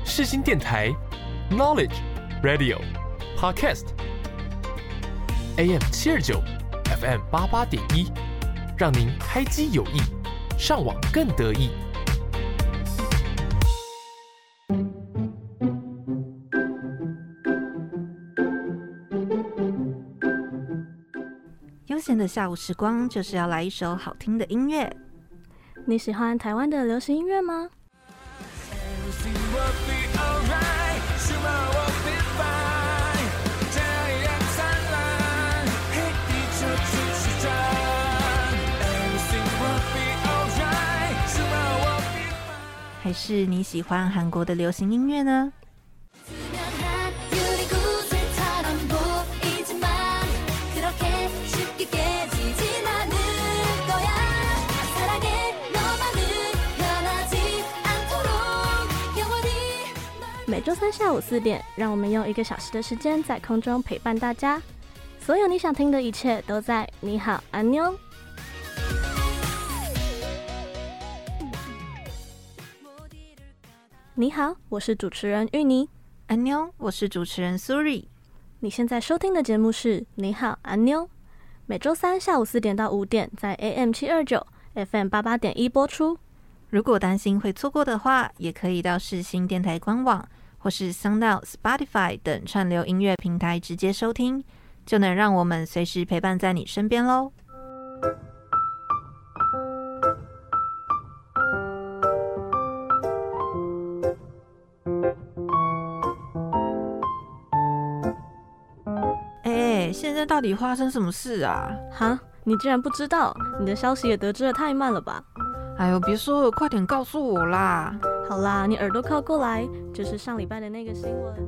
世新电台 Knowledge Radio Podcast AM 729 FM 88.1，让您开机有益，上网更得意。 悠闲的下午时光，就是要来一首好听的音乐。 你喜欢台湾的流行音乐吗？ 还是你喜欢韩国的流行音乐呢？ 每周三下午4点，让我们用1个小时的时间在空中陪伴大家。所有你想听的一切都在你好安妞。你好，我是主持人玉妮。 安妞，我是主持人苏瑞。 你现在收听的节目是你好安妞，每周三下午4点到5点在 AM 729 FM 88.1播出。 如果担心会错过的话，也可以到世新电台官网或是 SoundOut、Spotify 等串流音乐平台直接收听，就能让我们随时陪伴在你身边咯。现在到底发生什么事啊？ 哈，你竟然不知道？你的消息也得知得太慢了吧？ 哎呦，别说了，快点告诉我啦！ 好啦，你耳朵靠过来，就是上礼拜的那个新闻。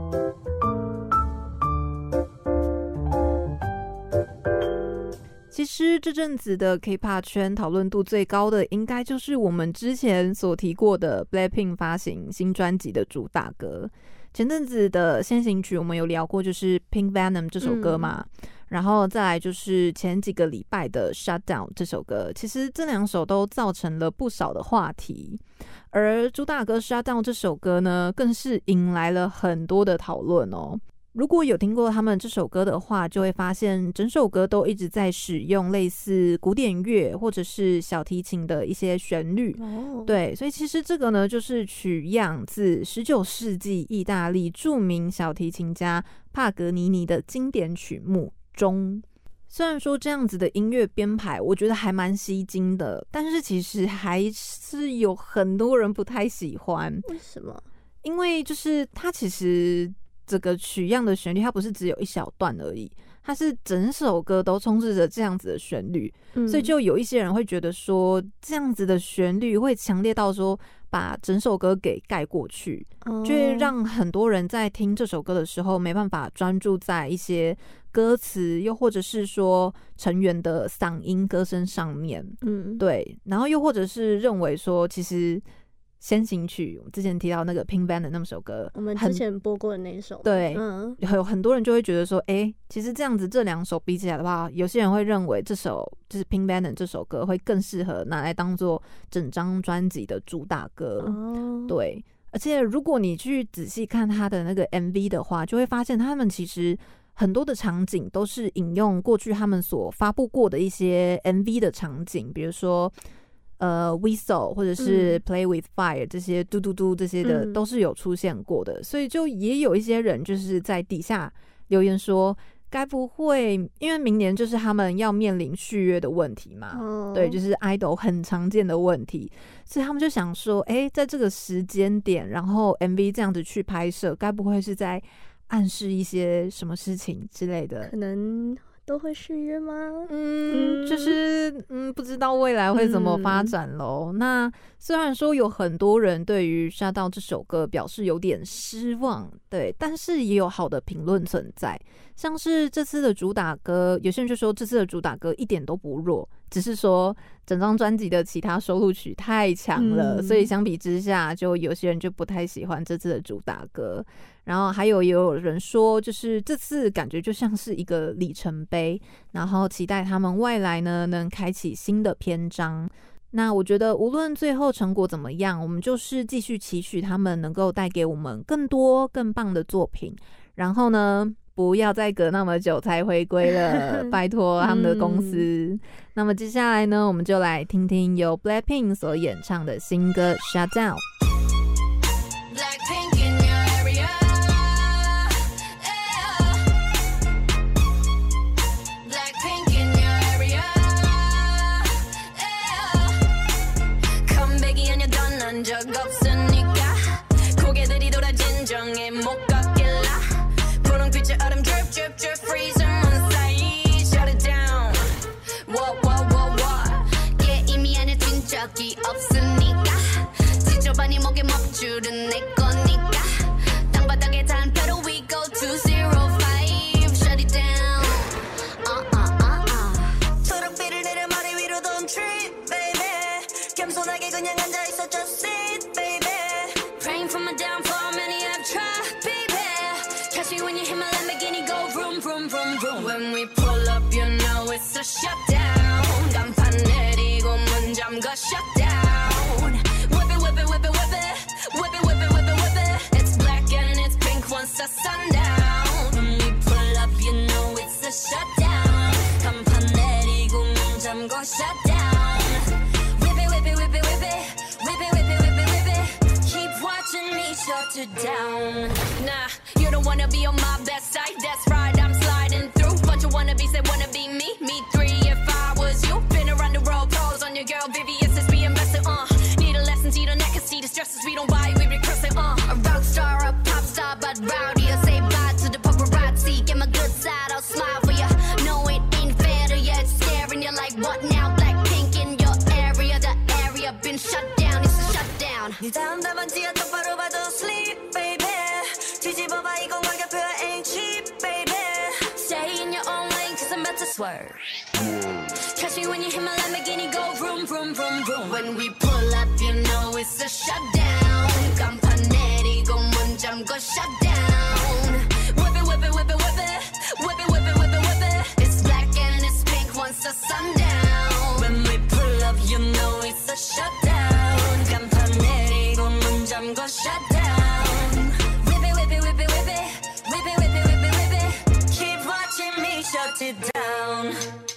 其实这阵子的 K-pop 圈讨论度最高的，应该就是我们之前所提过的 BLACKPINK 发行新专辑的主打歌。前阵子的先行曲我们有聊过，就是 Pink Venom 这首歌嘛，然后再来就是前几个礼拜的 Shutdown 这首歌，其实这2首都造成了不少的话题，而主打歌 Shutdown 这首歌呢，更是引来了很多的讨论哦。如果有听过他们这首歌的话，就会发现整首歌都一直在使用类似古典乐或者是小提琴的一些旋律。对，所以其实这个呢，就是取样自19世纪意大利著名小提琴家帕格尼尼的经典曲目《钟》。虽然说这样子的音乐编排我觉得还蛮吸睛的，但是其实还是有很多人不太喜欢。 为什么？ 因为就是它其实这个取样的旋律，它不是只有一小段而已，它是整首歌都充斥着这样子的旋律，所以就有一些人会觉得说，这样子的旋律会强烈到说把整首歌给盖过去，就会让很多人在听这首歌的时候没办法专注在一些歌词，又或者是说成员的嗓音歌声上面。对，然后又或者是认为说，其实先行曲，我们之前提到那个 Pink Band 的那首歌， 我们之前播过的那一首， 对，有很多人就会觉得说，其实这样子这2首比起来的话，有些人会认为这首就是 Pink Band 这首歌会更适合拿来当做整张专辑的主打歌。对，而且如果你去仔细看他的那个 MV 的话，就会发现他们其实很多的场景都是引用过去他们所发布过的一些 MV 的场景，比如说Whistle 或者是 Play with Fire 这些嘟嘟嘟这些的都是有出现过的，所以就也有一些人就是在底下留言说，该不会因为明年就是他们要面临续约的问题嘛？对，就是 idol 很常见的问题，所以他们就想说，在这个时间点，然后 MV 这样子去拍摄，该不会是在暗示一些什么事情之类的？ 可能都会续约吗？ 就是不知道未来会怎么发展咯。那虽然说有很多人对于《Shutdown》这首歌表示有点失望，对，但是也有好的评论存在，像是这次的主打歌，有些人就说这次的主打歌一点都不弱，只是说整张专辑的其他收录曲太强了，所以相比之下，就有些人就不太喜欢这次的主打歌。然后还有也有人说，就是这次感觉就像是一个里程碑，然后期待他们未来呢能开启新的篇章。 那我觉得无论最后成果怎么样，我们就是继续期许他们能够带给我们更多更棒的作品，然后呢不要再隔那么久才回归了拜托他们的公司。那么接下来呢，我们就来听听由 Blackpink 所演唱的新歌 Shut Down。 적 없으니까 고개들이 돌아 진정에 못 걷길라 분홍빛의 얼음 drip drip drip freeze on side shut it down what yeah 이미 안해진 적이 없으니까 지저분이 목에 먹줄은 내 거니까 땅바닥에 단표로 we go 205 shut it down 초록빛을 내려 머리 위로 don't trip baby 겸손하게 그냥 앉아있어 just sit baby praying for my downfall many have tried baby catch me when you hit my Lamborghini go vroom vroom vroom vroom when we pull up you know it's a shutdown 간판 내리고 문 잠궈 shutdown whip it whip it whip it whip it whip it whip it whip it whip it it's black and it's pink once the sundown when we pull up you know it's a shutdown 간판 내리고 문 잠궈 shutdown shut it down. Nah, you don't wanna be on my best side. That's right, I'm sliding through. Bunch of wannabes that wanna be me. Me three if I was you. Been around the world, pose on your girl, VVS is being invested. Need a lesson, see the neck, see the stresses we don't buy, we recurse it. A rock star, a pop star, but rowdy. I say bye to the paparazzi. Get my good side, I'll smile for ya. No, it ain't fair to ya. It's staring you like what now? Blackpink in your area, the area been shut down. It's a shutdown. 네 다음 답안지야 똑바로 봐도 sleep baby 뒤집어봐 이건 가격표야 ain't cheap baby stay in your own lane cause I'm about to swerve catch me when you hit my Lamborghini go vroom vroom vroom vroom when we pull up you know it's a shutdown 간판 내리고 문 잠궈 shutdown whip it whip it whip it whip it whip it whip it whip it whip it it's black and it's pink once the sundown when we pull up you know it's a shutdown 간판 내리고 문 잠궈 shutdown whip it whip it whip it whip it whip it whip it whip it whip it keep watching me shut it down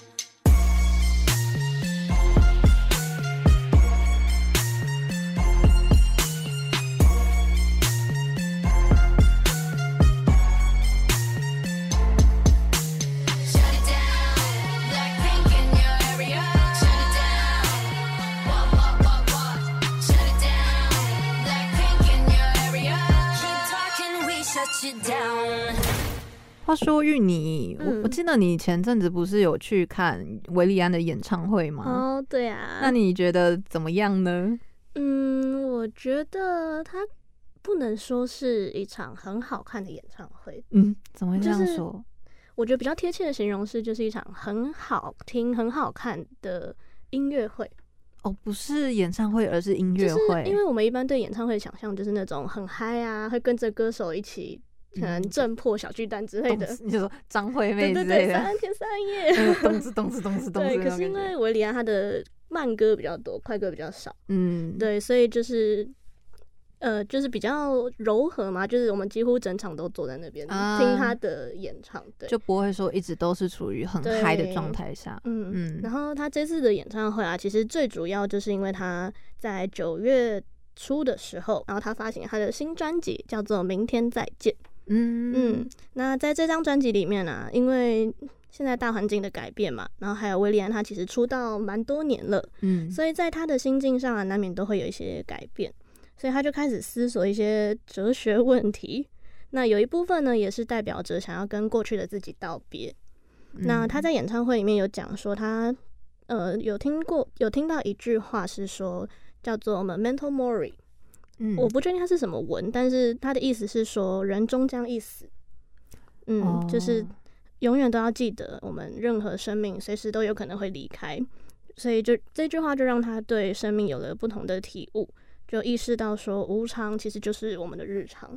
话说玉妮，我记得你前阵子不是有去看维利安的演唱会吗？ 哦，对啊。 那你觉得怎么样呢？ 我觉得他不能说是一场很好看的演唱会。 怎么会这样说？ 我觉得比较贴切的形容是，就是一场很好听、很好看的音乐会。 哦，不是演唱会，而是音乐会。 就是因为我们一般对演唱会的想象就是那种很嗨啊，会跟着歌手一起。可能震破小巨蛋之类的， 你就说张惠妹之类的， 对3天3夜， 咚子咚子咚子咚子。 对，可是因为维里安他的慢歌比较多，快歌比较少，对，所以就是就是比较柔和嘛，就是我们几乎整场都坐在那边听他的演唱，对， 就不会说一直都是处于很嗨的状态下。 然后他这次的演唱会啊，其实最主要就是因为他在9月初的时候，然后他发行他的新专辑叫做《明天再见》。那在这张专辑里面啊，因为现在大环境的改变嘛，然后还有威利安他其实出道蛮多年了，所以在他的心境上啊，难免都会有一些改变，所以他就开始思索一些哲学问题。那有一部分呢，也是代表着想要跟过去的自己道别。那他在演唱会里面有讲说他，有听到一句话是说叫做 Memento Mori。我不确定它是什么文，但是它的意思是说人终将一死，就是永远都要记得我们任何生命随时都有可能会离开，所以就这句话就让他对生命有了不同的体悟，就意识到说无常其实就是我们的日常，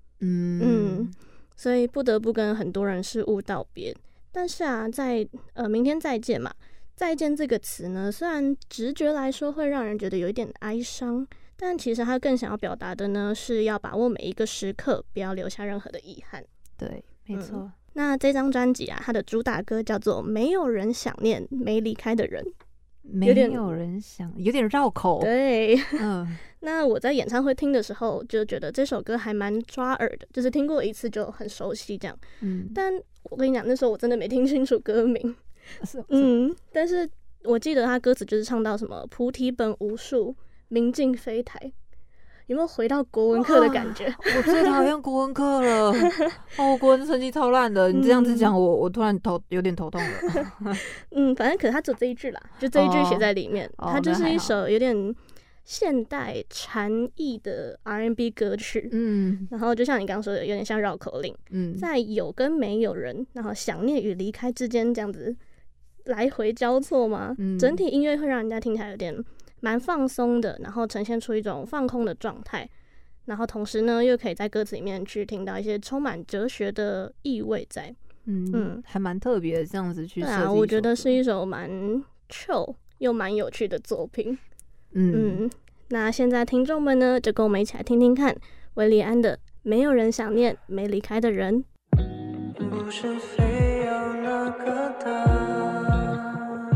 所以不得不跟很多人事物道别。但是啊，在明天再见嘛， 再见这个词呢，虽然直觉来说会让人觉得有一点哀伤，但其实他更想要表达的呢，是要把握每一个时刻，不要留下任何的遗憾。 对，没错。 那这张专辑啊，它的主打歌叫做《没有人想念没离开的人》， 没有人想，有点绕口。 对，那我在演唱会听的时候，就觉得这首歌还蛮抓耳的，就是听过一次就很熟悉这样。但我跟你讲，那时候我真的没听清楚歌名。但是我记得他歌词就是唱到什么“菩提本无树，明镜非台”，有没有回到国文课的感觉？ 我最讨厌国文课了，我国文成绩超烂的。你这样子讲，我突然有点头痛了。 反正可是他只有这一句啦，就这一句写在里面。它就是一首有点现代禅意的 R&B 歌曲。然后就像你刚刚说的，有点像绕口令。在有跟没有人，然后想念与离开之间这样子来回交错嘛。整体音乐会让人家听起来有点蛮放松的，然后呈现出一种放空的状态，然后同时呢，又可以在歌词里面去听到一些充满哲学的意味在。 还蛮特别的，这样子去设计。 我觉得是一首蛮 chill 又蛮有趣的作品。那现在听众们呢，就跟我们一起来听听看韦礼安的《没有人想念没离开的人》。 不是非要那个答案，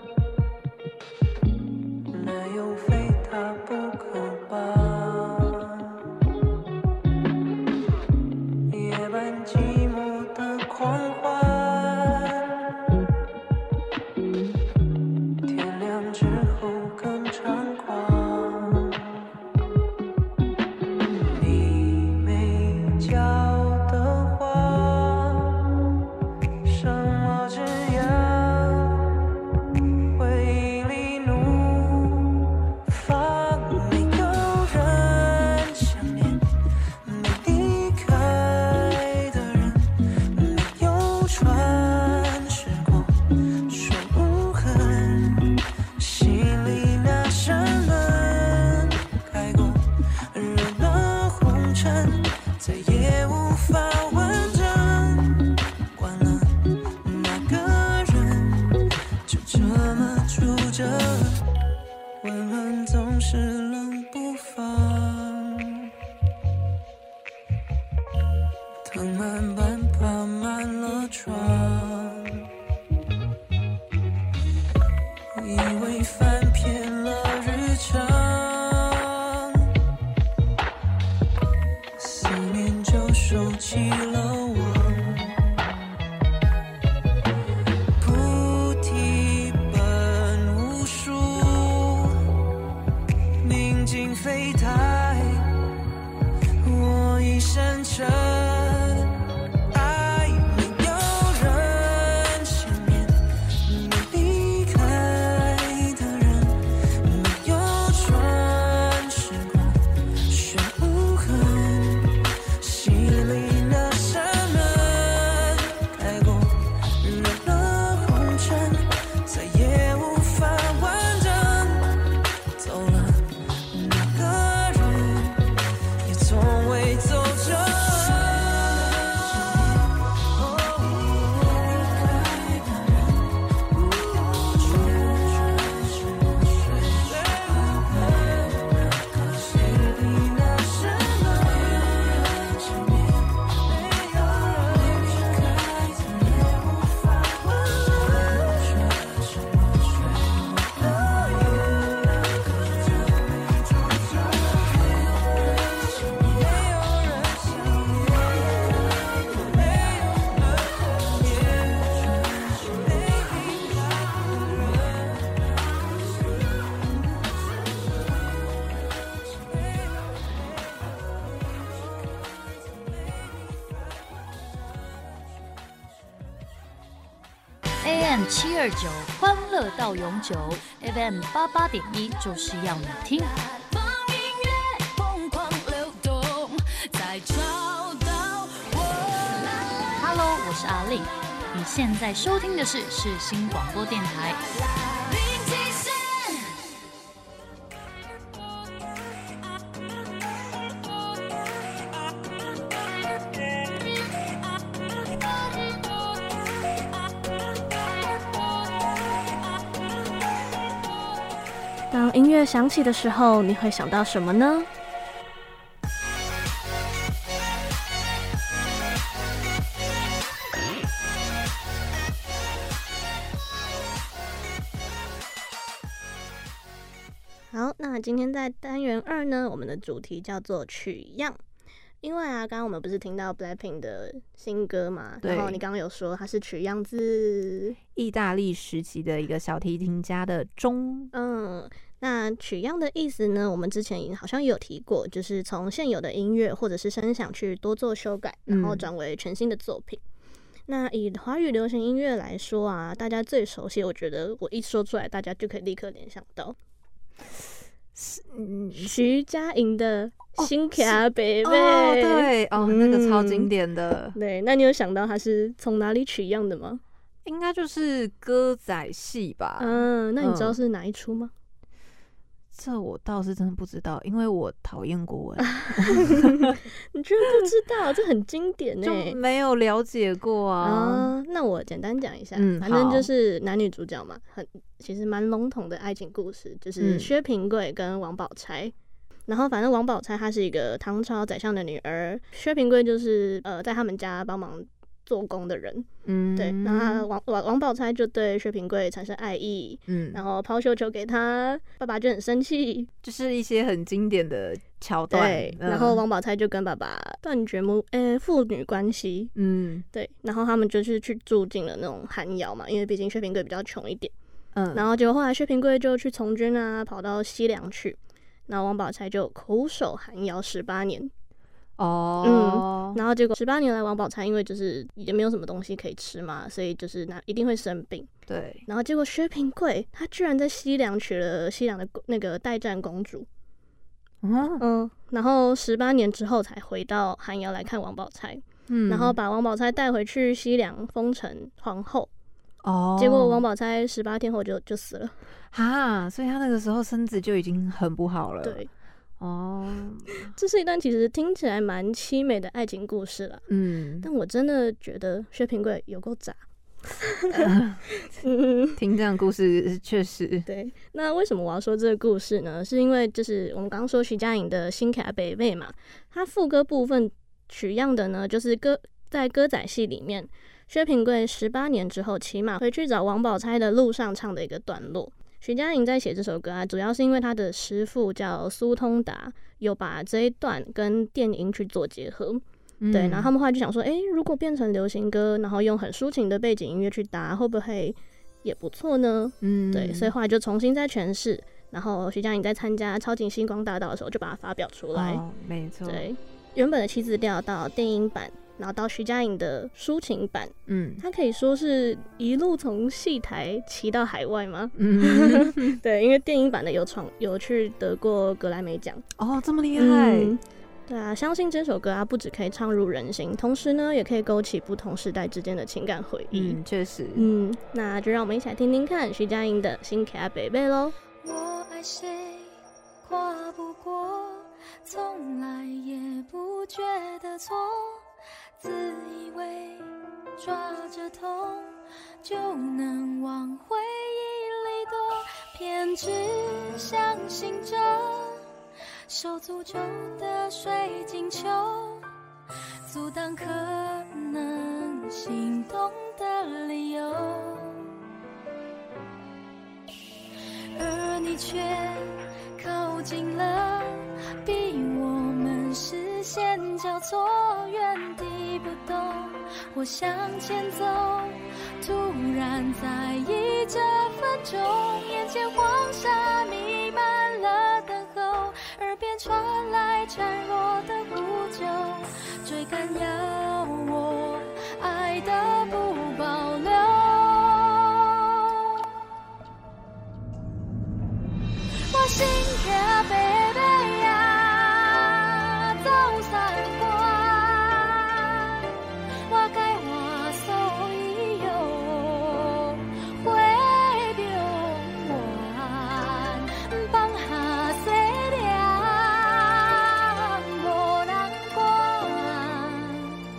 那又非他不可吧。夜半寂寞的狂欢，天亮之后更猖狂。你没教的话，什么只要回忆里怒放。没有人想念没离开的人，没有传世过说无痕，心里那扇门开过，惹了红尘，再也无法完整。关了那个人，就这么住着，温暖总是冷不防，藤蔓般爬满了床，以为翻遍了日常，思念就收起了网。菩提本无树，明镜非台，我已深沉。爱没有人想念没离开的人，没有传世过说无痕，心里那扇门开过，惹了红尘，再也无法完整。走了那个人，也从未走着。 AM 729欢乐到永久 ，FM 88.1就是要你听。 放音乐疯狂流动，再找到我。 Hello， 我是阿令，你现在收听的是世新广播电台。 林奇生当音乐响起的时候，你会想到什么呢？好，那今天在单元2呢，我们的主题叫做取样。因为啊，刚刚我们不是听到 BLACKPINK 的新歌嘛，然后你刚刚有说它是取样自意大利时期的一个小提琴家的钟。 那取样的意思呢，我们之前好像也有提过，就是从现有的音乐或者是声响去多做修改，然后转为全新的作品。那以华语流行音乐来说啊，大家最熟悉，我觉得我一说出来，大家就可以立刻联想到徐佳莹的新卡贝贝。 对那个超经典的。 对，那你有想到它是从哪里取样的吗？ 应该就是歌仔戏吧。 那你知道是哪一出吗？ 这我倒是真的不知道，因为我讨厌国文。 你居然不知道，这很经典就没有了解过啊。 那我简单讲一下，反正就是男女主角嘛，其实蛮笼统的爱情故事，就是薛平贵跟王宝钗。然后反正王宝钗她是一个唐朝宰相的女儿，薛平贵就是在他们家帮忙做工的人。对，然后王宝钗就对薛平贵产生爱意，然后抛绣球给他，爸爸就很生气， 就是一些很经典的桥段。 对，然后王宝钗就跟爸爸断绝父女关系。对，然后他们就是去住进了那种寒窑嘛，因为毕竟薛平贵比较穷一点。然后结果后来薛平贵就去从军啊，跑到西凉去，然后王宝钗就苦守寒窑18年。然后结果18年来，王宝钗因为就是也没有什么东西可以吃嘛，所以就是一定会生病。 对， 然后结果薛平贵他居然在西凉娶了西凉的那个代战公主。然后18年之后才回到寒窑来看王宝钗。然后把王宝钗带回去西凉封成皇后。结果王宝钗18天后就死了。 所以他那个时候身子就已经很不好了。 对。这是一段其实听起来蛮凄美的爱情故事啦。但我真的觉得薛平贵有够渣。 听这样的故事确实。 对，那为什么我要说这个故事呢？是因为就是我们刚刚说徐佳莹的新卡贝贝嘛，它副歌部分取样的呢，就是在歌仔戏里面，薛平贵18年之后骑马回去找王宝钗的路上唱的一个段落。徐佳莹在写这首歌啊，主要是因为她的师父叫苏通达，有把这一段跟电音去做结合。对，然后他们后来就想说，如果变成流行歌，然后用很抒情的背景音乐去搭，会不会也不错呢？对，所以后来就重新再诠释。然后徐佳莹在参加超级星光大道的时候，就把它发表出来。 没错。 对，原本的7字调到电音版，然后到徐佳莹的抒情版，它可以说是一路从戏台骑到海外吗？对，因为电音版的有去得过格莱美奖。 这么厉害。 对啊，相信这首歌啊，不只可以唱入人心，同时呢，也可以勾起不同时代之间的情感回忆。 确实。 那就让我们一起来听听看徐佳莹的新卡贝贝咯。 我爱谁跨不过，从来也不觉得错，自以为抓着痛就能往回忆里躲，偏只相信着手足咒的水晶球，阻挡可能心动的理由，而你却靠近了，逼我们视线交错，原地不动或向前走，突然在意这分钟，眼前黄沙弥漫了等候，耳边传来孱弱的呼救，追赶要我爱的不保留。我心卡贝贝呀，走三关，我该话所以有回标完，放下细念无人管，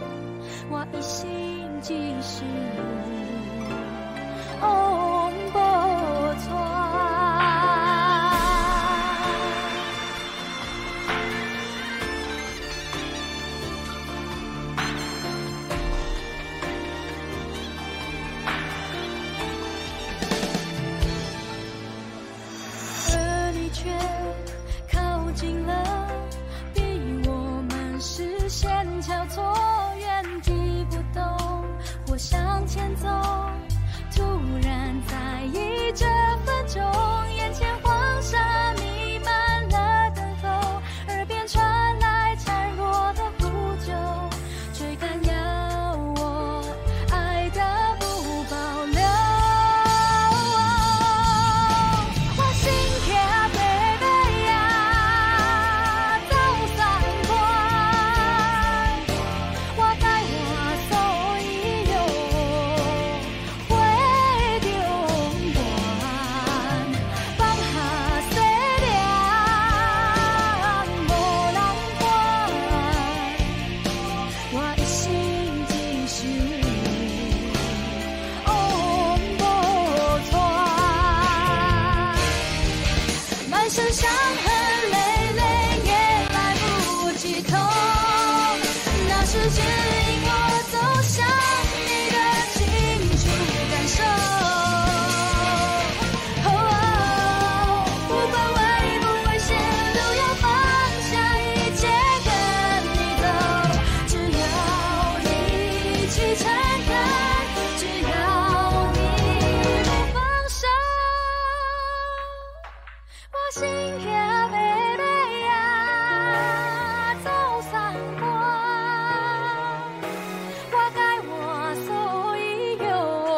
交错，原地不动，我向前走，突然在意这分钟，眼前黄沙弥漫了灯头，耳边传来孱弱的呼救，追赶要我爱的不保留。我心跳baby呀，走三关，我带我所有回中原，放下西凉无人管，我一心只想往无传，满身伤痕累累也来不及痛，那是指引我走向你的清楚感受。不管危不危险，都要放下一切跟你走，只要你去承担，只要你不放手。我心跳baby呀，走三关，我该我所有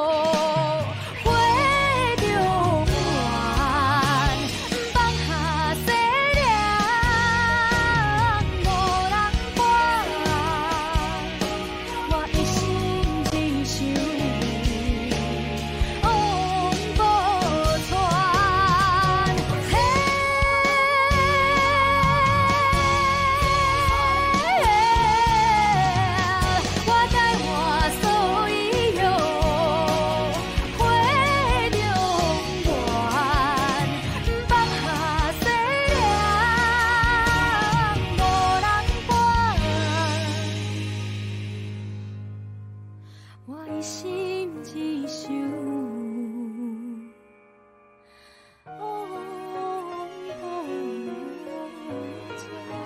回中原，放下西凉无人管，我一心只想往无传。我该我所有回中原，放下西凉无人管，我一心只想往无传。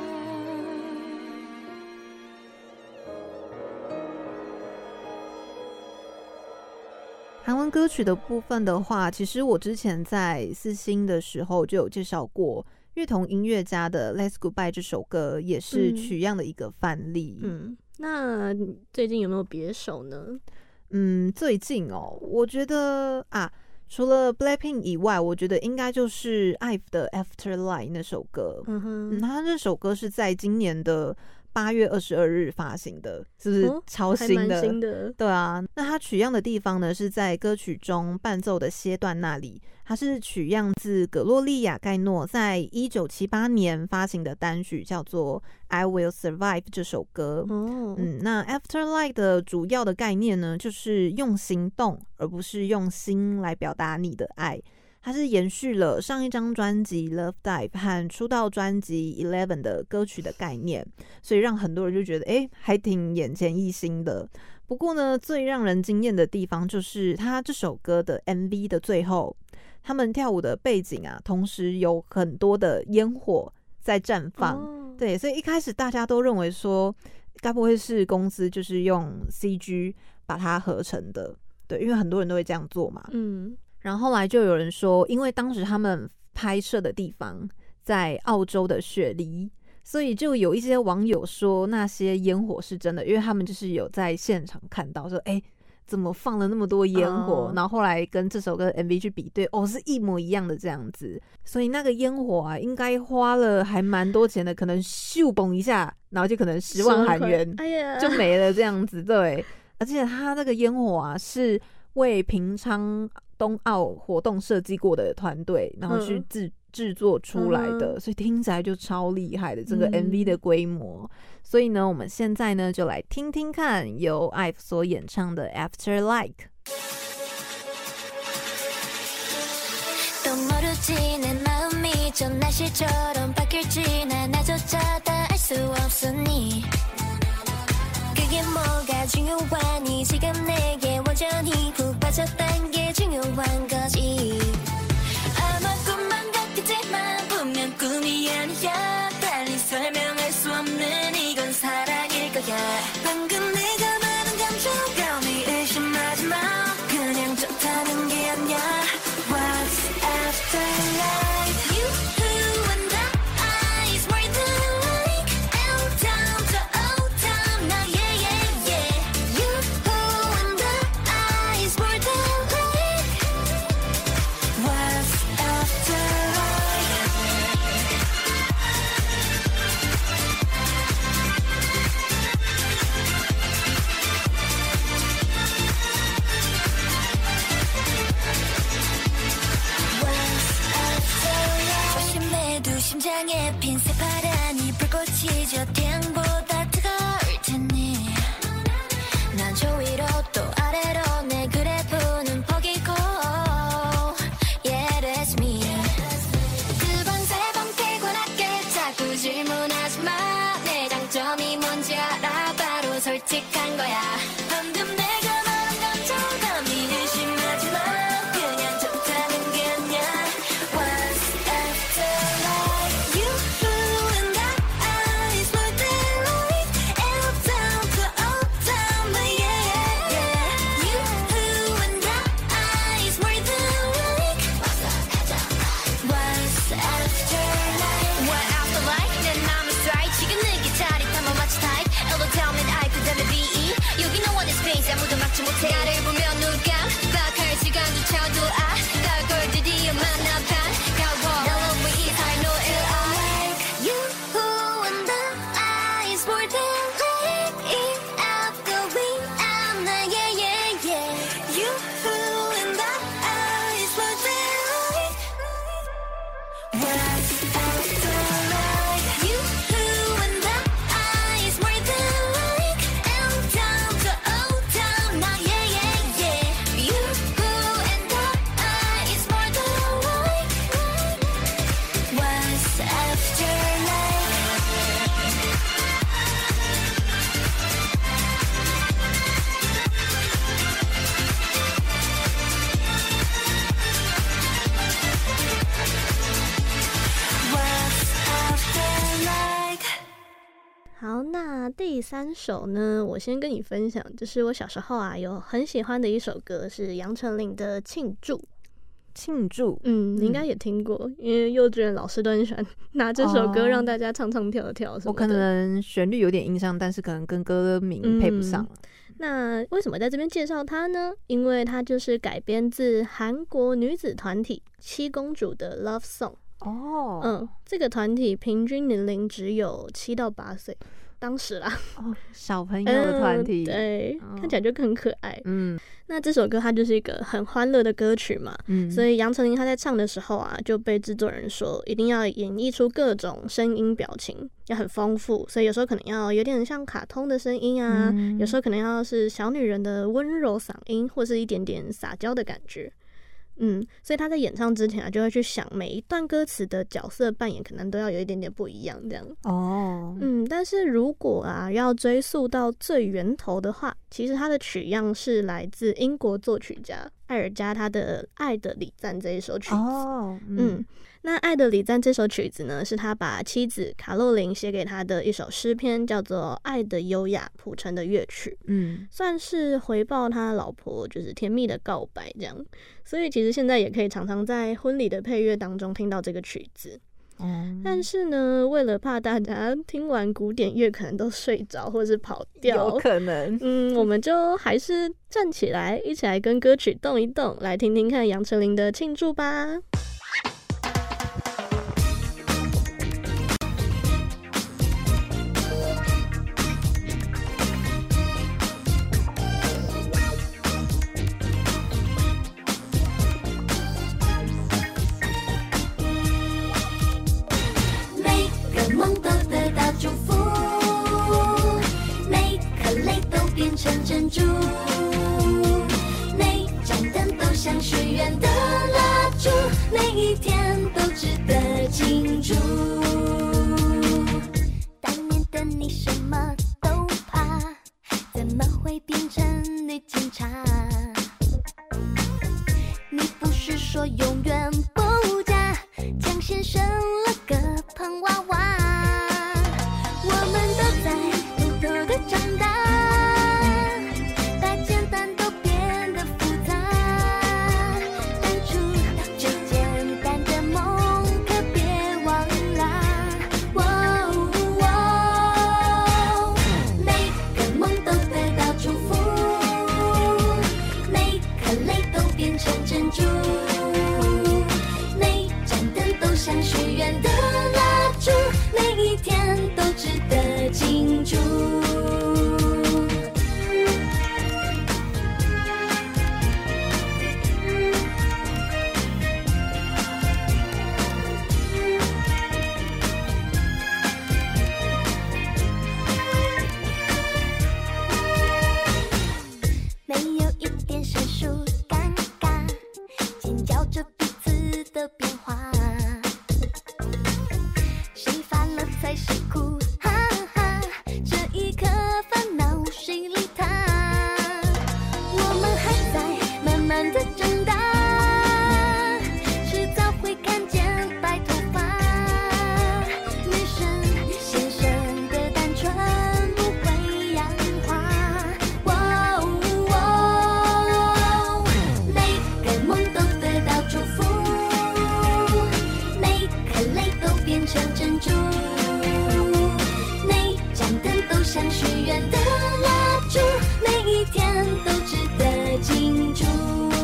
韩文歌曲的部分的话，其实我之前在四星的时候就有介绍过，乐童音乐家的《Let's Goodbye》这首歌也是取样的一个范例。 那最近有没有别首呢？ 最近我觉得除了 Blackpink 以外，我觉得应该就是 IVE 的 Afterlife 那首歌。他那首歌是在今年的8月22日发行的，是不是超新的？ 还蛮新的。 对啊，那它取样的地方呢是在歌曲中伴奏的歇段那里，它是取样自葛洛丽亚盖诺在1978年发行的单曲，叫做 I Will Survive 这首歌。那 Afterlife 的主要的概念呢，就是用行动而不是用心来表达你的爱。它是延续了上一张专辑《Love Dive》和出道专辑《11》的歌曲的概念，所以让很多人就觉得还挺眼前一新的。不过呢，最让人惊艳的地方就是他这首歌的 MV 的最后，他们跳舞的背景同时有很多的烟火在绽放。对，所以一开始大家都认为说，该不会是公司就是用 CG 把它合成的？对，因为很多人都会这样做嘛。然后后来就有人说，因为当时他们拍摄的地方在澳洲的雪梨，所以就有一些网友说那些烟火是真的，因为他们就是有在现场看到说，怎么放了那么多烟火？然后后来跟这首歌的 MV 去比对，是一模一样的这样子。所以那个烟火应该花了还蛮多钱的，可能咻嘣一下，然后就可能10万韩元就没了这样子。对，而且他那个烟火是为平昌冬奥活动设计过的团队，然后去制作出来的，所以听起来就超厉害的这个 MV 的规模。所以呢，我们现在呢就来听听看由 IVE 所演唱的 Afterlife。 또 모르지 내 마음이 전 날씨처럼 바뀔지 난 나조차 다 알 수 없으니 그게 뭐가 중요하니 지금 내게 완전히 푹 빠졌단 게 중요한 거지 아마 꿈만 같겠지만 분명 꿈이 아니야 달리 설명할 수 없는 이건 사랑일 것이야 바람이 불꽃이 저 태양보다 뜨거울 테니 난 저 위로 또 아래로 내 그래프는 포기고 Yeah that's me 두 번 세 번 피곤하게 자꾸 질문하지 마 내 장점이 뭔지 알아 바로 솔직한 거야 방금 내가 말한 감정감이 의심하지 마 그냥 좋다는 게 아니야 What's after life You and I is more than life L down to O down but yeah You and I is more than life What's after life What after life 내 맘은 straight 지금 느끼 짜릿함 마치 type L로 다음엔 I 그 다음에 BE 여기 no one is space 아무도 막지 못해 나를 보면 눈 깜빡할 시간조차도 아까울 걸 드디어 만나봐 가워 Love is I know it all Like you and I is more than life In out going out 나 yeah You and I is more than life What's after life You and I is more than life L down to O down 나 yeah You and I is more than life What's after life What's after life 好，那第三首呢，我先跟你分享，就是我小时候啊有很喜欢的一首歌，是杨丞琳的《庆祝》。 庆祝， 你应该也听过，因为幼稚园老师都很喜欢拿这首歌让大家唱唱跳跳什么的。 我可能旋律有点印象，但是可能跟歌名配不上。 那为什么在这边介绍它呢？因为它就是改编自韩国女子团体七公主的 Love Song。这个团体平均年龄只有7到8岁，当时啦。 小朋友的团体， 对，看起来就很可爱。那这首歌它就是一个很欢乐的歌曲嘛，所以杨丞琳她在唱的时候啊，就被制作人说一定要演绎出各种声音表情，要很丰富，所以有时候可能要有点像卡通的声音啊，有时候可能要是小女人的温柔嗓音，或是一点点撒娇的感觉。所以他在演唱之前啊，就会去想每一段歌词的角色扮演，可能都要有一点点不一样这样。但是如果啊要追溯到最源头的话，其实他的曲样是来自英国作曲家艾尔加他的《爱的礼赞》这一首曲子。那《爱的礼赞》这首曲子呢，是他把妻子卡洛琳写给他的一首诗篇，叫做《爱的优雅》谱成的乐曲。算是回报他老婆就是甜蜜的告白这样。所以其实现在也可以常常在婚礼的配乐当中听到这个曲子。但是呢，为了怕大家听完古典乐可能都睡着或是跑掉， 有可能， 我们就还是站起来，一起来跟歌曲动一动，来听听看杨丞琳的《庆祝》吧。 梦都得到祝福，每颗泪都变成珍珠，每盏灯都像许愿的蜡烛，每一天都值得庆祝。当年的你什么都怕，怎么会变成女警察？你不是说永远不嫁，江先生了个胖娃娃。我们都在偷偷的长大，把简单都变得复杂，当初最简单的梦可别忘啦。 像许愿的蜡烛，每一天都值得庆祝。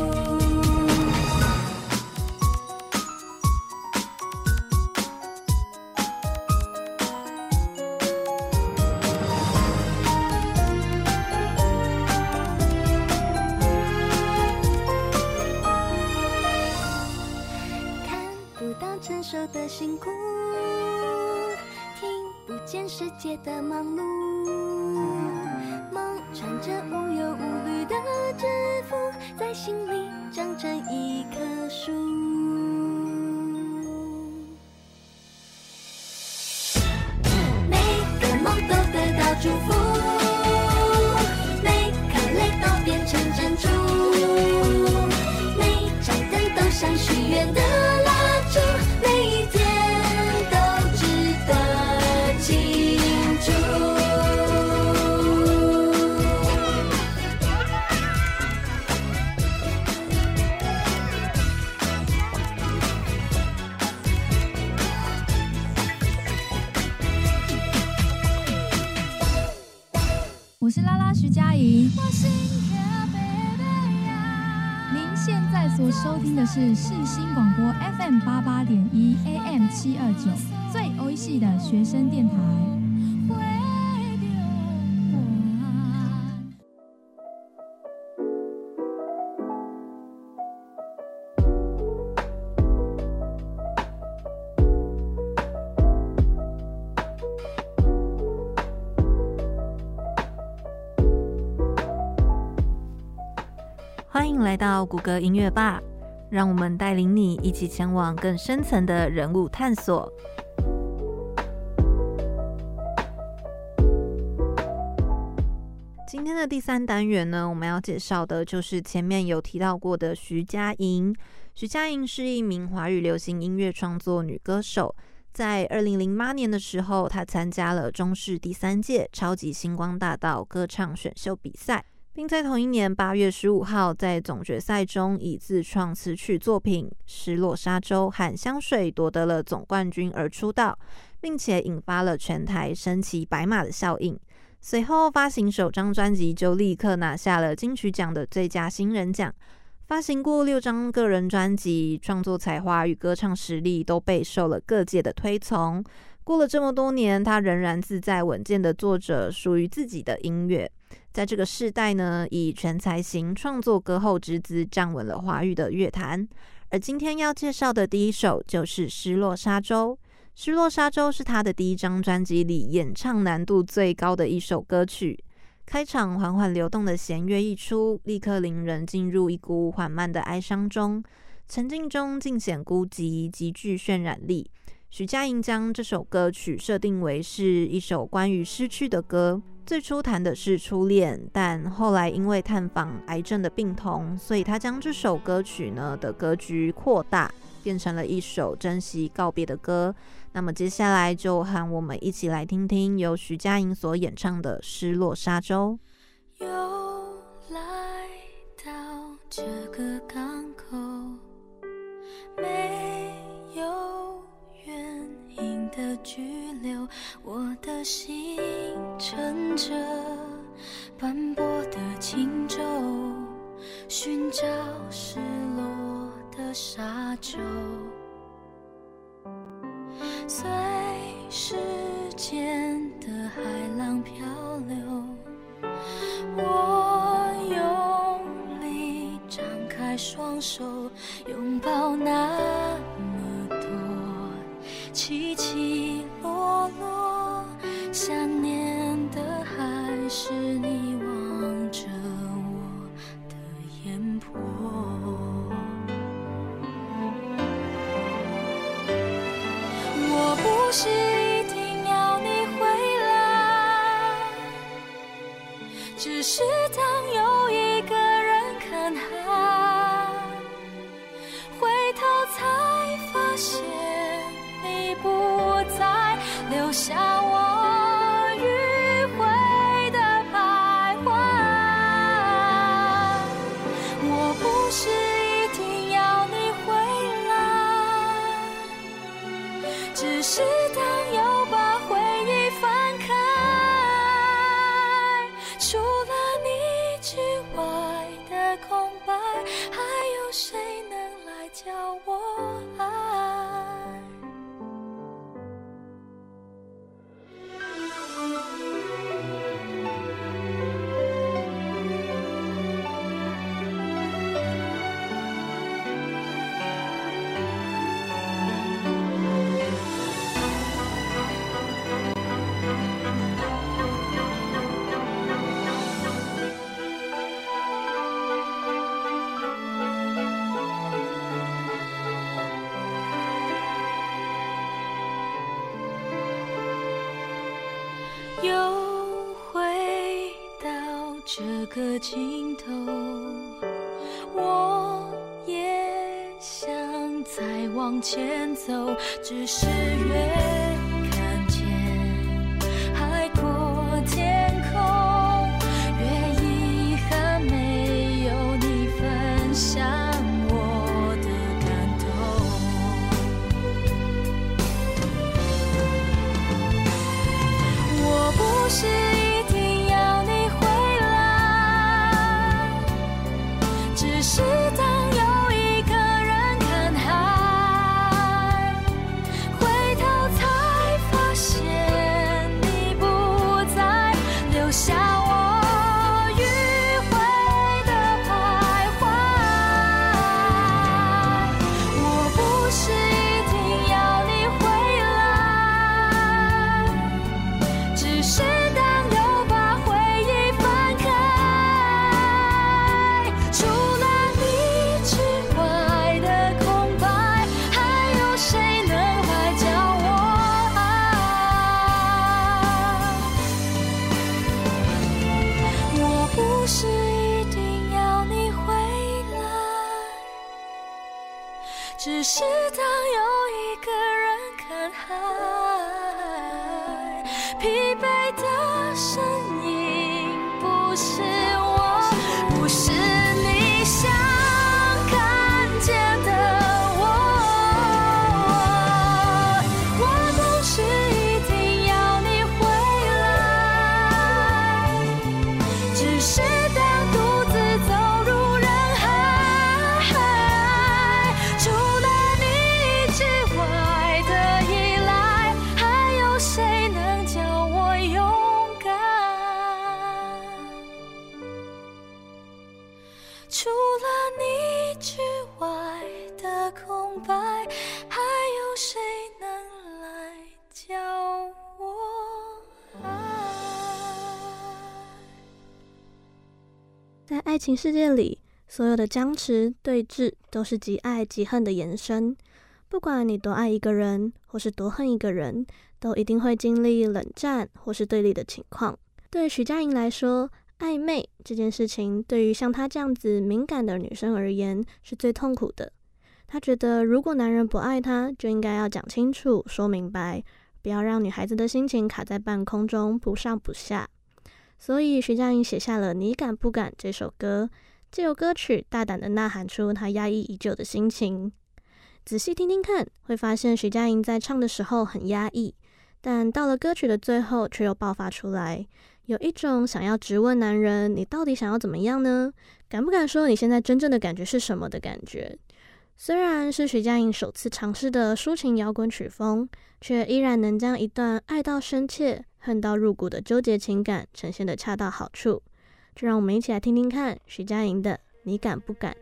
承受的辛苦，听不见世界的忙碌，梦穿着无忧无虑的制服，在心里长成一棵树。每个梦都得到祝福，每颗泪都变成珍珠，每盏灯都像许愿的蜡烛，每一天都值得庆祝。 我是拉拉徐佳莹。您现在所收听的是世新广播 FM 88.1 AM 729，最欧系的学生电台。 欢迎来到谷歌音乐吧，让我们带领你一起前往更深层的人物探索。今天的第3单元呢，我们要介绍的就是前面有提到过的徐佳莹。徐佳莹是一名华语流行音乐创作女歌手，在2008年的时候，她参加了中视第3届超级星光大道歌唱选秀比赛，并在同一年8月15号在总决赛中以自创词曲作品《失落沙洲》和《香水》夺得了总冠军而出道，并且引发了全台升旗白马的效应。随后发行首张专辑就立刻拿下了金曲奖的最佳新人奖，发行过6张个人专辑，创作才华与歌唱实力都备受了各界的推崇。过了这么多年，他仍然自在稳健的做着属于自己的音乐。在这个世代呢，以全才型创作歌后之姿站稳了华语的乐坛。而今天要介绍的第一首就是《失落沙洲》。《失落沙洲》是他的第1张专辑里演唱难度最高的一首歌曲。开场缓缓流动的弦乐一出，立刻令人进入一股缓慢的哀伤中，沉浸中尽显孤寂，极具渲染力。徐佳莹将这首歌曲设定为是一首关于失去的歌，最初谈的是初恋，但后来因为探访癌症的病童，所以他将这首歌曲呢的格局扩大，变成了一首珍惜告别的歌。那么接下来就和我们一起来听听由徐佳莹所演唱的《失落沙洲》。 又来到这个港口，没有原因的拘留，我的心乘着斑驳的轻舟，寻找失落的沙洲。随时间的海浪漂流，我用力张开双手，拥抱那么多起起落落，想念的还是你望着我的眼波。我不是一定要你回来，只是当有一个人看海，回头才发现你不在，留下我迂回的徘徊。我不是一定要你回来，只是当又把回忆翻开， 这个尽头，我也想再往前走，只是越看见海阔天空，越遗憾没有你分享我的感动。我不是一定要你回来，只是当有一个人看海，回头才发现你不在，留下我迂回的徘徊。我不是一定要你回来，只是当又把回忆翻开，除了你之外的空白，还有谁能来教我爱？我不是一定要你回来，只是当有一个人看海，疲惫的身影不是我，不是你想看见的我。我不是一定要你回来，只是当独自走入人海，除了你之外的依赖，还有谁能叫我勇敢？除了你之外的空白，还有谁能来教我爱？ 在爱情世界里，所有的僵持对峙都是极爱极恨的延伸。不管你多爱一个人，或是多恨一个人，都一定会经历冷战或是对立的情况。对徐佳莹来说，暧昧这件事情对于像她这样子敏感的女生而言是最痛苦的。她觉得如果男人不爱她，就应该要讲清楚说明白，不要让女孩子的心情卡在半空中不上不下。所以徐佳莹写下了《你敢不敢》这首歌，藉由歌曲大胆地呐喊出她压抑已久的心情。仔细听听看，会发现徐佳莹在唱的时候很压抑，但到了歌曲的最后却又爆发出来，有一种想要质问男人你到底想要怎么样呢？敢不敢说你现在真正的感觉是什么的感觉。虽然是徐佳莹首次尝试的抒情摇滚曲风，却依然能将一段爱到深切恨到入骨的纠结情感呈现得恰到好处。就让我们一起来听听看徐佳莹的《你敢不敢》。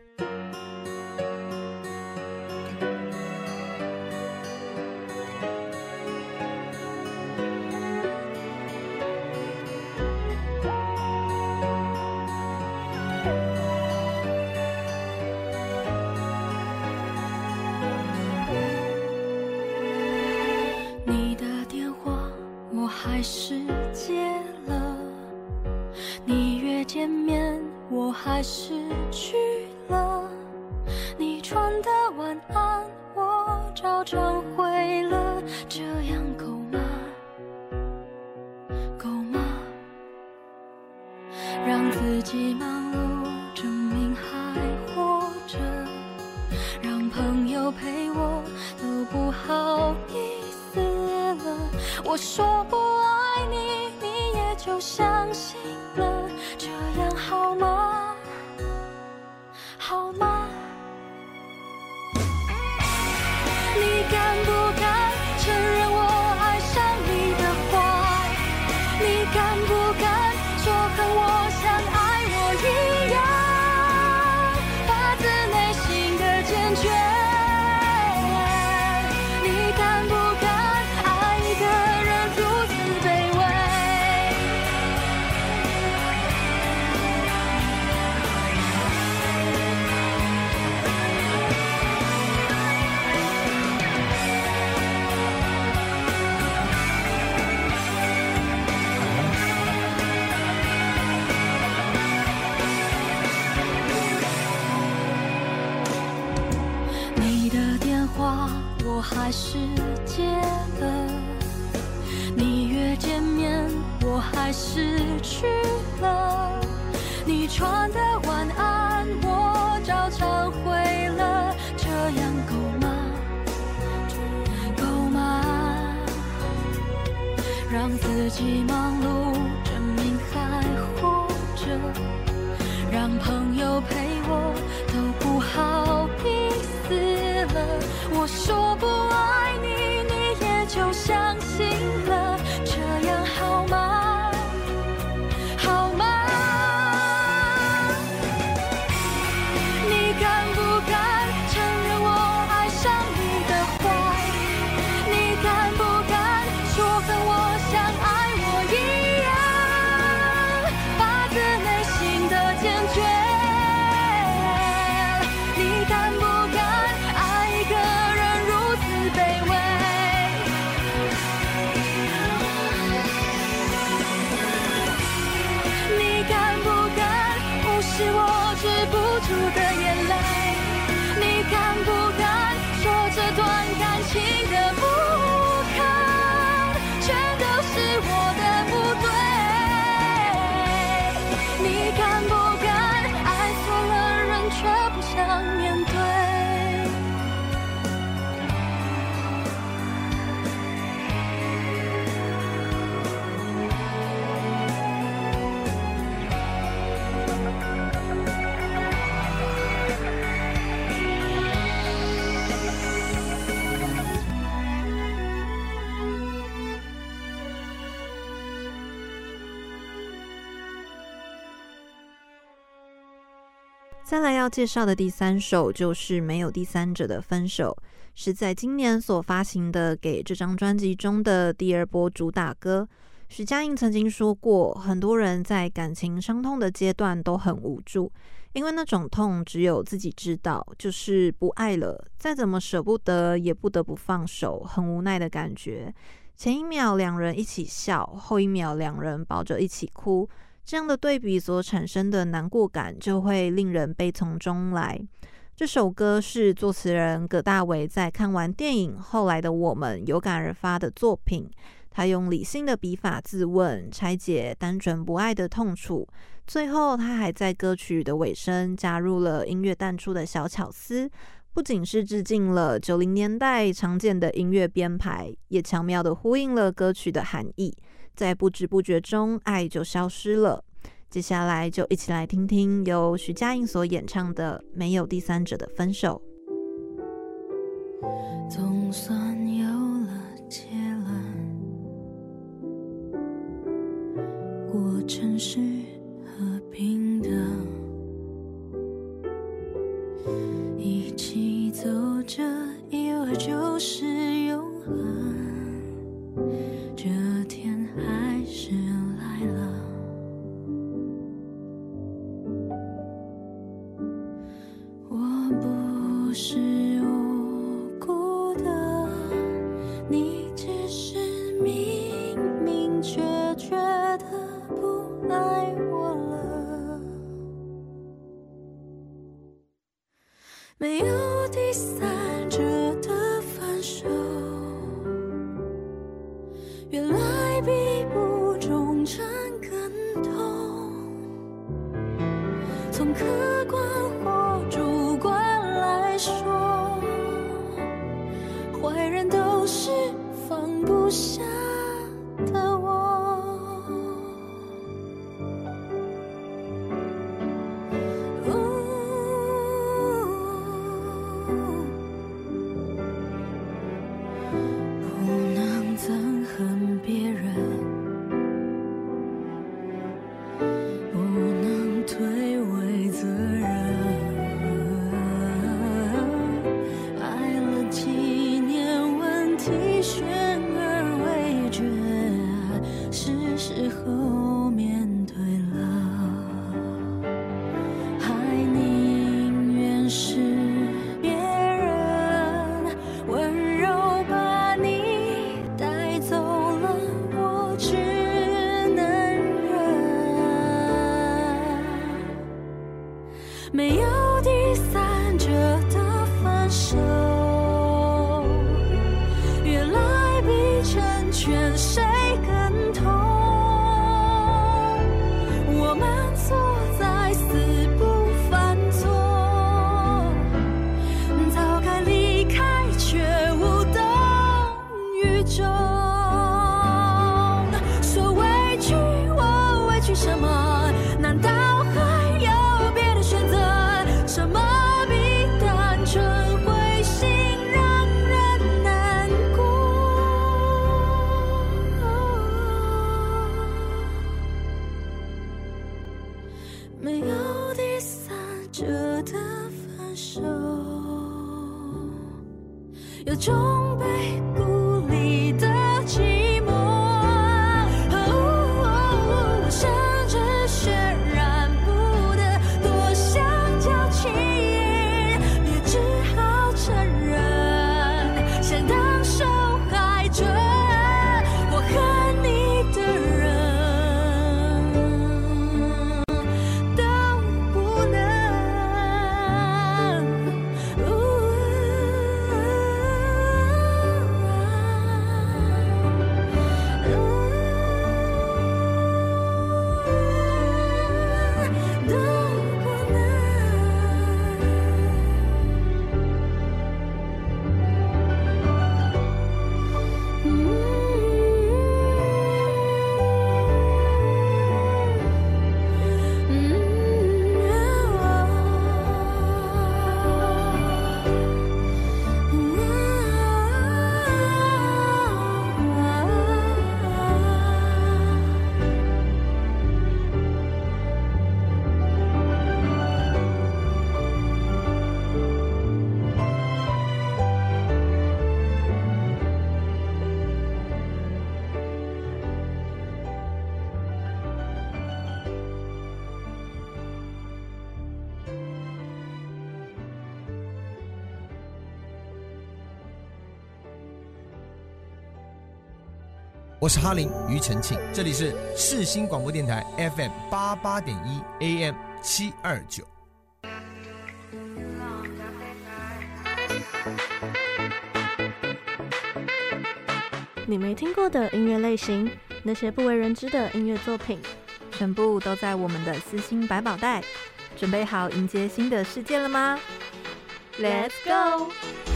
你的电话我还是接了，你约见面我还是去了，你传的晚安我照常回了，这样够吗？够吗？让自己忙碌证明还活着，让朋友陪我都不好意思了，我说不爱你，你也就相信了，这样好吗？好吗？你敢不敢承认我爱上你的坏？你敢不敢说和我像爱我一样，发自内心的坚决？你敢不敢爱一个人如此卑微？ 还是戒了，你约见面我还是去了，你传的晚安我照常回了，这样够吗？够吗？让自己忙碌证明还活着，让朋友陪我都不好意思了，我说不爱你，你也就相信了，这样好吗？好吗？你敢不敢承认我爱上你的坏？你敢不敢说跟我像爱我一样，发自内心的坚决？你敢不敢爱一个人如此卑微？你敢不敢无视我止不住的眼泪？你敢不敢说这段感情的不堪全都是我的不对？你敢不敢爱错了人却不想面对？ 再来要介绍的第3首就是没有第三者的分手，是在今年所发行的给这张专辑中的第2波主打歌。徐佳莹曾经说过，很多人在感情伤痛的阶段都很无助，因为那种痛只有自己知道，就是不爱了，再怎么舍不得也不得不放手，很无奈的感觉。前一秒两人一起笑，后一秒两人抱着一起哭，这样的对比所产生的难过感就会令人悲从中来。这首歌是作词人葛大为在看完电影《后来的我们》有感而发的作品，他用理性的笔法自问，拆解单纯不爱的痛楚，最后他还在歌曲的尾声加入了音乐淡出的小巧思，不仅是致敬了90年代常见的音乐编排，也巧妙地呼应了歌曲的含义，在不知不觉中爱就消失了。接下来就一起来听听由徐佳莹所演唱的《没有第三者的分手》。 总算有了结论，过程是和平的，一起走着，以为就是永恒，这天还是来了。我不是无辜的，你只是明明却觉得不爱我了。没有第三者的分手，原来比不忠诚更痛。从客观或主观来说，坏人都是放不下的我。不能憎恨别人，不能推诿责任，爱了几年，问题悬而未决，是时候面对了，还宁愿是别人温柔把你带走了，我只能忍。没有第三者的分手， 没有第三者的分手，有种被孤立的寂寞，我甚至渲染不得多想交情，也只好承认想当受害者，我恨你的人都不能。 我是哈林庾澄庆，这里是世新广播电台 FM 88.1 AM 729。 你没听过的音乐类型，那些不为人知的音乐作品， 全部都在我们的私心百宝袋。准备好迎接新的世界了吗？ Let's go！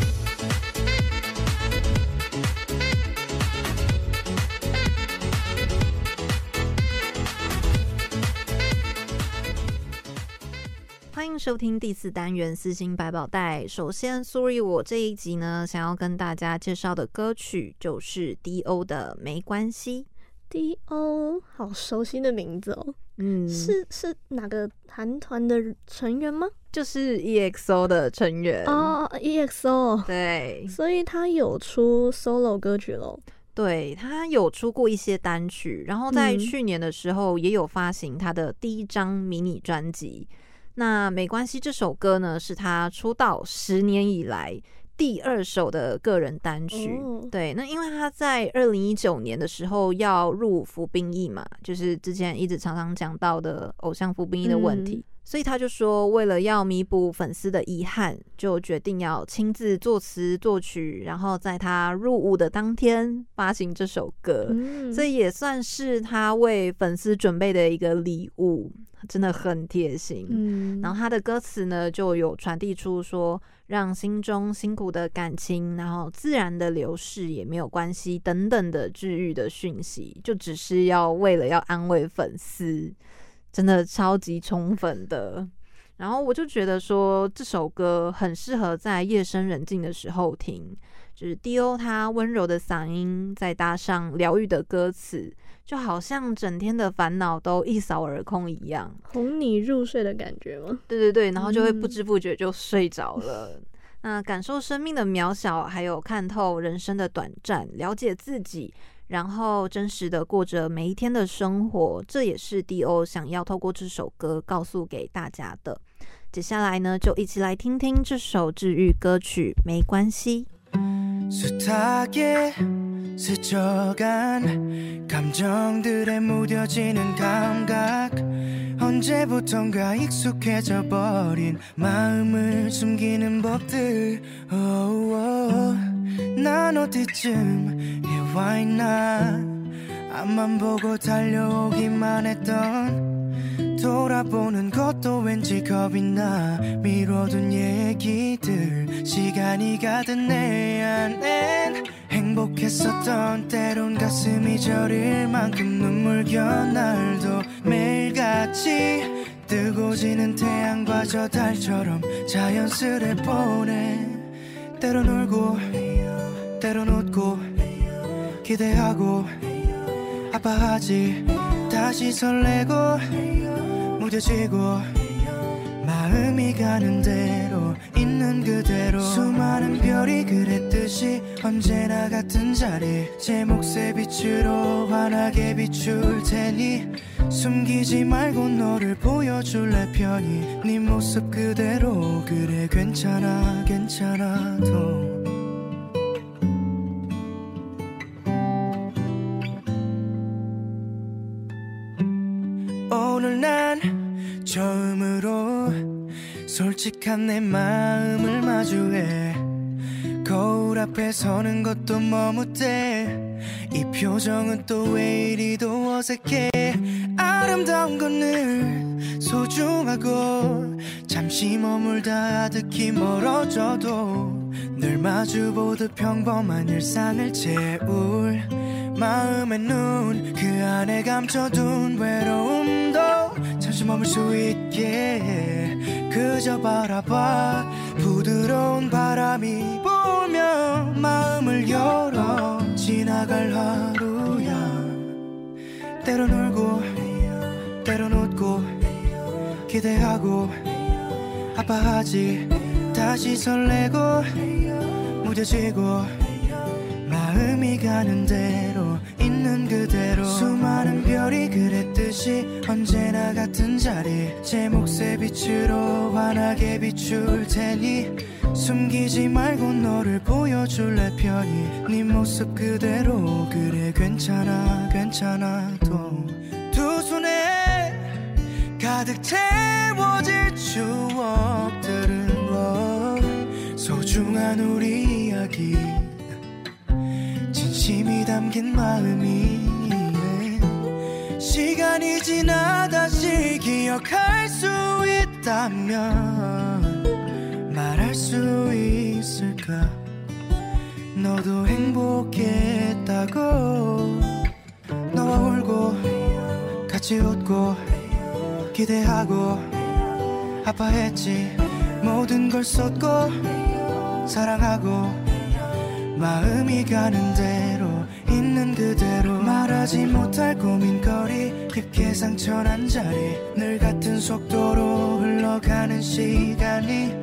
欢迎收听第4单元私心百宝袋。首先 ，Sorry， 我这一集呢，想要跟大家介绍的歌曲就是 D.O 的《没关系》。 D.O 好熟悉的名字哦，是哪个韩团的成员吗？ 就是 EXO 的成员哦 ，EXO 对， 所以他有出 solo 歌曲咯。 对，他有出过一些单曲，然后在去年的时候也有发行他的第1张迷你专辑。那没关系，这首歌呢是他出道10年以来第2首的个人单曲。对，那因为他在2019年的时候要入服兵役嘛，就是之前一直常常讲到的偶像服兵役的问题。所以他就说，为了要弥补粉丝的遗憾，就决定要亲自作词作曲，然后在他入伍的当天发行这首歌。所以也算是他为粉丝准备的一个礼物，真的很贴心。然后他的歌词呢，就有传递出说，让心中辛苦的感情，然后自然的流逝也没有关系等等的治愈的讯息，就只是为了要安慰粉丝。真的超级宠粉的，然后我就觉得说这首歌很适合在夜深人静的时候听，就是 D.O 他温柔的嗓音再搭上疗愈的歌词，就好像整天的烦恼都一扫而空一样， 哄你入睡的感觉吗？ 对对对，然后就会不知不觉就睡着了。那感受生命的渺小，还有看透人生的短暂，了解自己，然后真实的过着每一天的生活，这也是 D.O 想要透过这首歌告诉给大家的。接下来呢，就一起来听听这首治愈歌曲《没关系》。 숱하게 스쳐간 감정들에 무뎌지는 감각 언제부턴가 익숙해져 버린 마음을 숨기는 법들 난 어디쯤에 와 있나 앞만 보고 달려오기만 했던 돌아보는 것도 왠지 겁이 나 미뤄둔 얘기들 시간이 가든 내 안엔 행복했었던 때론 가슴이 저릴 만큼 눈물겨운 날도 매일같이 뜨고 지는 태양과 저 달처럼 자연스레 보내 때론 울고 때론 웃고 기대하고 아파하지 다시 설레고 무뎌지고 마음이 가는 대로 있는 그대로 수많은 별이 그랬듯이 언제나 같은 자리 제 몫의 빛으로 환하게 비출 테니 숨기지 말고 너를 보여줄래 편히 네 모습 그대로 그래 괜찮아 괜찮아도 오늘 난 처음으로 솔직한 내 마음을 마주해 거울 앞에 서는 것도 머뭇대 이 표정은 또 왜 이리도 어색해 아름다운 건 늘 소중하고 잠시 머물다 아득히 멀어져도 늘 마주보듯 평범한 일상을 채울 마음의 눈 그 안에 감춰둔 외로움도 잠시 머물 수 있게 그저 바라봐 부드러운 바람이 불면 마음을 열어 지나갈 하루야 때론 울고 때론 웃고 기대하고 아파하지 다시 설레고 무뎌지고 마음이 가는 대로 있는 그대로 수많은 별이 그랬듯이 언제나 같은 자리 제 몫의 빛으로 환하게 비출 테니 숨기지 말고 너를 보여줄래 편히 네 모습 그대로 그래 괜찮아 괜찮아도 두 손에 가득 채워질 추억들은 소중한 우리 이야기 진심이 담긴 마음이 시간이 지나 다시 기억할 수 있다면 말할 수 있을까 너도 행복했다고 너와 울고 같이 웃고 기대하고 아파했지 모든 걸 쏟고 사랑하고 마음이 가는 대로 있는 그대로 말하지 못할 고민거리 깊게 상처난 자리 늘 같은 속도로 흘러가는 시간이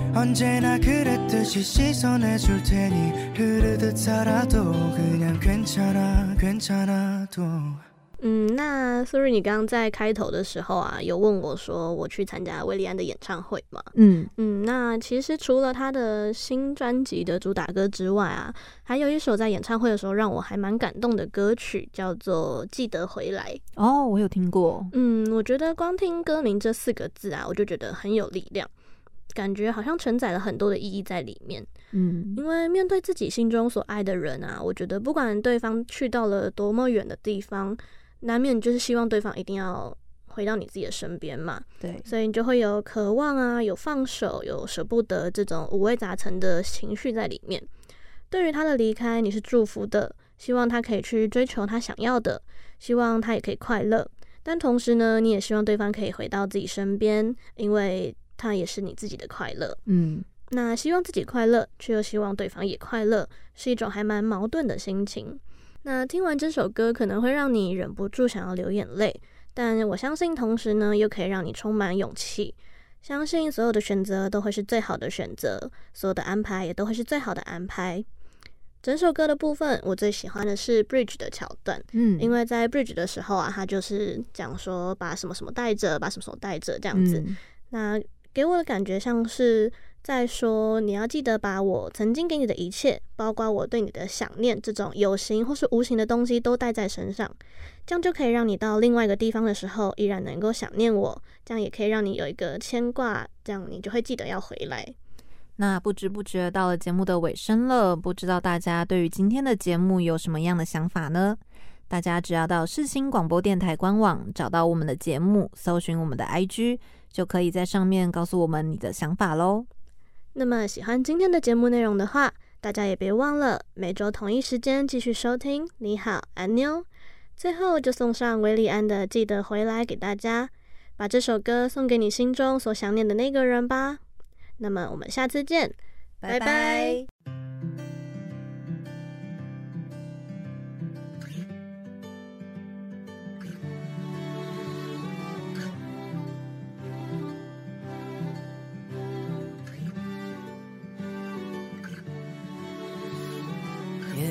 언제나 그랬듯이 씻어내줄 테니 흐르듯 살아도 그냥 괜찮아 괜찮아도 那苏瑞，你刚刚在开头的时候啊，有问我说我去参加韦礼安的演唱会嘛？那其实除了他的新专辑的主打歌之外啊，还有一首在演唱会的时候让我还蛮感动的歌曲，叫做《记得回来》。 哦，我有听过。 我觉得光听歌名这4个字啊，我就觉得很有力量，感觉好像承载了很多的意义在里面。因为面对自己心中所爱的人啊，我觉得不管对方去到了多么远的地方，难免就是希望对方一定要回到你自己的身边嘛。对，所以你就会有渴望啊，有放手，有舍不得这种五味杂陈的情绪在里面。对于他的离开，你是祝福的，希望他可以去追求他想要的，希望他也可以快乐。但同时呢，你也希望对方可以回到自己身边，因为他也是你自己的快乐。那希望自己快乐，却又希望对方也快乐，是一种还蛮矛盾的心情。那听完这首歌可能会让你忍不住想要流眼泪，但我相信同时呢，又可以让你充满勇气，相信所有的选择都会是最好的选择，所有的安排也都会是最好的安排。整首歌的部分我最喜欢的是 Bridge 的桥段，因为在 Bridge 的时候啊，他就是讲说把什么什么带着，把什么什么带着这样子，那给我的感觉像是在说你要记得把我曾经给你的一切，包括我对你的想念，这种有形或是无形的东西都带在身上，这样就可以让你到另外一个地方的时候依然能够想念我，这样也可以让你有一个牵挂，这样你就会记得要回来。 那不知不觉到了节目的尾声了，不知道大家对于今天的节目有什么样的想法呢？大家只要到世新广播电台官网找到我们的节目，搜寻我们的 IG， 就可以在上面告诉我们你的想法咯。 那么喜欢今天的节目内容的话，大家也别忘了每周同一时间继续收听你好安妞。最后就送上韦礼安的记得回来给大家，把这首歌送给你心中所想念的那个人吧。那么我们下次见，拜拜。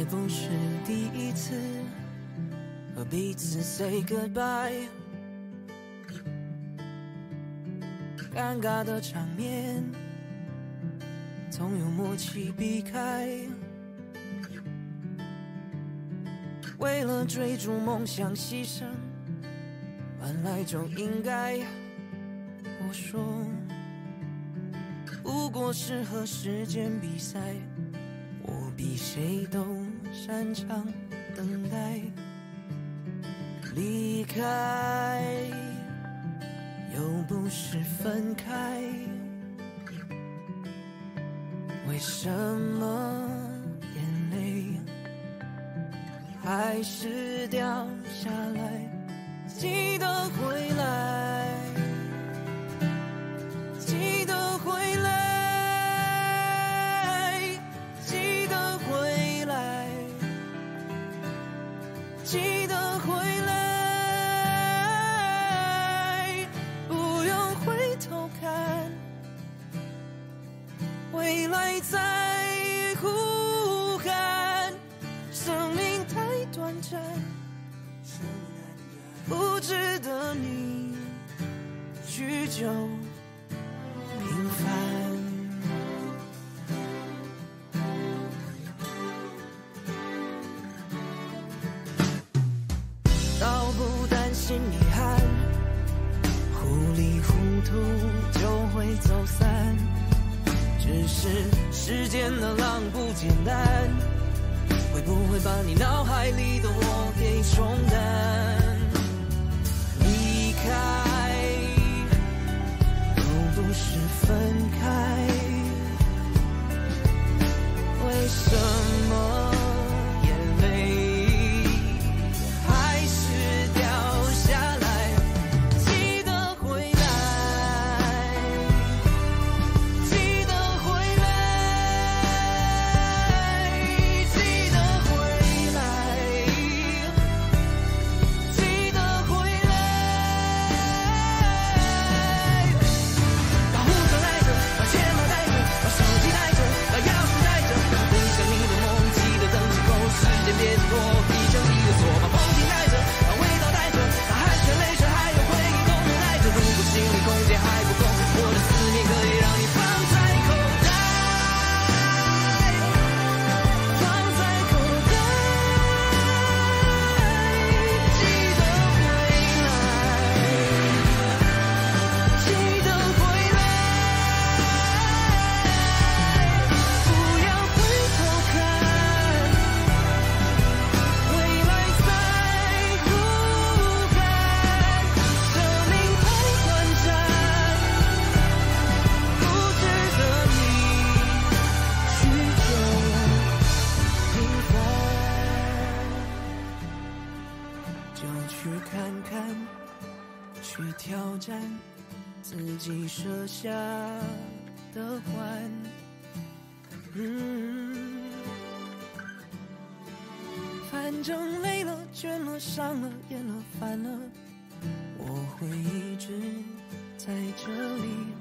也不是第一次和彼此 say goodbye， 尴尬的场面总有默契避开，为了追逐梦想牺牲，本来就应该。我说不过是和时间比赛，我比谁都擅长等待。离开又不是分开，为什么眼泪还是掉下来？记得回来，记得回来，记得回来，记得回来，不用回头看，未来在呼喊，生命太短暂，不值得你去就平凡。倒不担心遗憾，糊里糊涂就会走散，只是时间的浪不简单，会不会把你脑海里的我给冲淡？离开又不是分开，为什么眼泪还是掉下来？记得回来，记得回来，记得回来，记得回来。把护照带着，把钱包带着，把手机带着，把钥匙带着，分享你的梦，记得等时候时间别错过，闭上你的锁，把风景带着，把味道带着，把汗水泪水还有回忆统统带着。如果心里空间还不够，我的思念可以让你放在口袋，放在口袋。记得回来，记得回来，不要回头看，未来在呼喊，生命太短暂，不值得你去就平凡。就去看看，去挑战自己设下的环。反正累了、倦了、伤了、厌了、烦了，我会一直在这里。